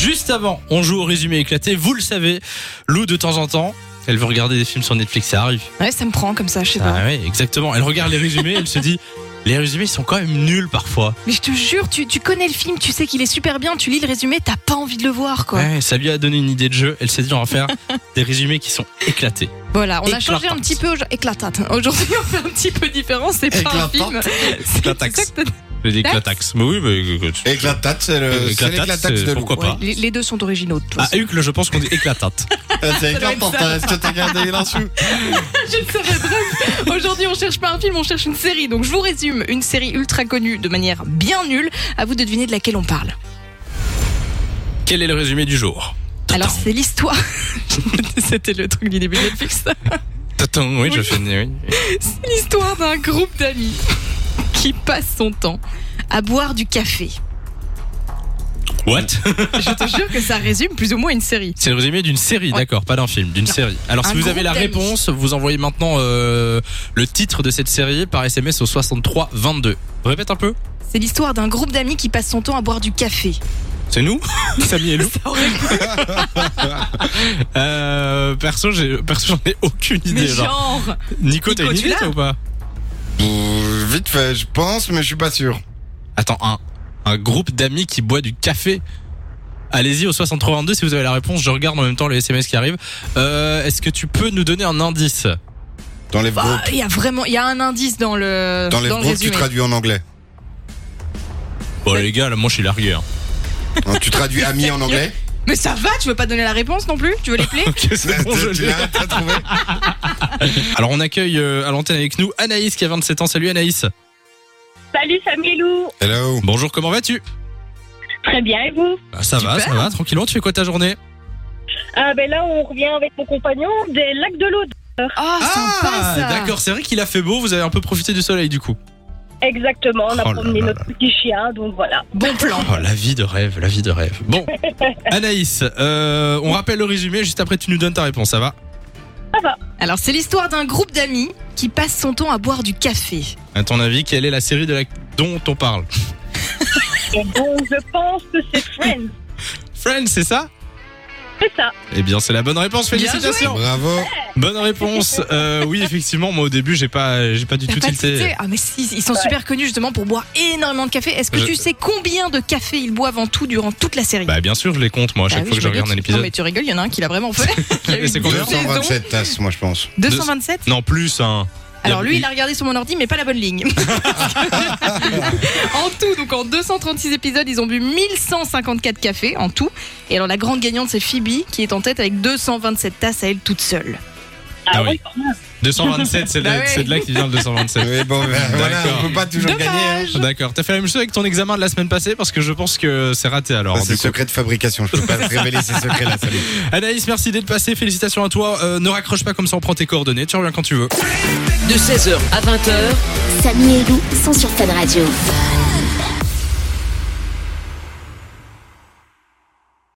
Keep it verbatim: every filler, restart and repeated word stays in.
Juste avant, on joue au résumé éclaté. Vous le savez, Lou, de temps en temps, elle veut regarder des films sur Netflix, ça arrive. Ouais, ça me prend comme ça, je sais pas. Ah oui, exactement. Elle regarde les résumés, elle se dit, les résumés, ils sont quand même nuls parfois. Mais je te jure, tu, tu connais le film, tu sais qu'il est super bien, tu lis le résumé, t'as pas envie de le voir, quoi. Ouais, ça lui a donné une idée de jeu. Elle s'est dit, on va faire des résumés qui sont éclatés. Voilà, on a Éclatante. changé un petit peu. Éclatante. Aujourd'hui, on fait un petit peu différent. C'est pas un Éclatante. film. C'est Éclataxe. exact- Je dis éclataxe. Mais oui, mais écoute. Éclatate, c'est le c'est Éclatate, l'éclataxe c'est- de Lou. pourquoi pas. Ouais, les, les deux sont originaux de toute Ah, façon. Hucle, je pense qu'on dit éclatate. Ah, C'est doit éclatante, être ça. est-ce que t'as gardé l'insu? Je ne savais pas. Aujourd'hui, on cherche pas un film, on cherche une série. Donc, je vous résume une série ultra connue de manière bien nulle. À vous de deviner de laquelle on parle. Quel est le résumé du jour? Alors, c'est l'histoire. C'était le truc du début de Netflix. Tatin, oui, je Oui. fais. Oui. C'est l'histoire d'un groupe d'amis qui passe son temps à boire du café. What? Je te jure que ça résume plus ou moins une série. C'est le résumé d'une série, Ouais. d'accord, pas d'un film, d'une Non. série. Alors, Un si vous avez groupe la d'amis. réponse, vous envoyez maintenant euh, le titre de cette série par S M S au soixante-trois vingt-deux. Répète un peu. C'est l'histoire d'un groupe d'amis qui passe son temps à boire du café. C'est nous, Samy et Lou. Ça aurait pu- Euh, perso, j'ai, perso, j'en ai aucune idée. Mais genre. genre. Nico, t'as Nico, une tu idée l'as toi, ou pas? Ouh, Vite fait, je pense, mais je suis pas sûr. Attends, un, un groupe d'amis qui boit du café. Allez-y au soixante-trois vingt-deux si vous avez la réponse. Je regarde en même temps les S M S qui arrivent. Euh, est-ce que tu peux nous donner un indice? Dans les Bah, groupes, il y a vraiment, il y a un indice dans le dans les dans le groupes, tu résumé. traduis en anglais. Bon les gars, là, moi je suis largué. Hein. Hein, Tu traduis ami en anglais. Mais ça va, tu veux pas donner la réponse non plus? Tu veux les plaies? Ok, c'est bon, je Tu l'ai. l'as t'as trouvé? Alors on accueille euh, à l'antenne avec nous Anaïs qui a vingt-sept ans. Salut Anaïs. Salut Samy et Lou. Hello. Bonjour, comment vas-tu? Très bien, et vous? Bah, ça va, Super. ça va, tranquillement. Tu fais quoi ta journée? Ah ben là, on revient avec mon compagnon des lacs de l'Aude. Ah, sympa ça. d'accord, c'est vrai qu'il a fait beau. Vous avez un peu profité du soleil du coup. Exactement, on a Oh là promené là notre petit chien, donc voilà. Bon plan. Oh, la vie de rêve, la vie de rêve. Bon, Anaïs, euh, on rappelle le résumé. Juste après, tu nous donnes ta réponse. Ça va? Alors, c'est l'histoire d'un groupe d'amis qui passe son temps à boire du café. À ton avis, quelle est la série de la... dont on parle? Et donc, je pense que c'est Friends. Friends, c'est ça? C'est ça. Eh bien, c'est la bonne réponse. Bien Félicitations. Bravo. Bonne réponse. Euh, oui, effectivement, moi au début, j'ai pas, j'ai pas du T'as tout pas tilté. tilté? Ah mais si, ils sont super connus justement pour boire énormément de café. Est-ce que Je- tu sais combien de café ils boivent en tout durant toute la série? Bah bien sûr, je les compte moi à Bah chaque oui, fois que je me regarde un doute. épisode. Non mais tu rigoles, il y en a un qui l'a vraiment fait. Qui a eu C'est combien deux saisons. deux cent vingt-sept tasses, moi je pense. deux cent vingt-sept. Non, plus hein. Alors lui, il a regardé sur mon ordi, mais pas la bonne ligne. En tout, donc en deux cent trente-six épisodes, ils ont bu mille cent cinquante-quatre cafés en tout. Et alors la grande gagnante, c'est Phoebe, qui est en tête avec deux cent vingt-sept tasses à elle toute seule. Ah oui. deux cent vingt-sept, c'est de, Bah là- ouais. c'est de là qu'il vient le deux cent vingt-sept. Oui, bon, ben, voilà, D'accord. on peut pas toujours Dommage. gagner. hein. D'accord. T'as fait la même chose avec ton examen de la semaine passée parce que je pense que c'est raté alors. Ça, c'est du coup. secret de fabrication, je peux pas te révéler ces secrets-là, salut. Anaïs, merci d'être passé. Félicitations à toi. Euh, ne raccroche pas comme ça, on prend tes coordonnées. Tu reviens quand tu veux. De seize heures à vingt heures, Samy et Lou sont sur Fun Radio.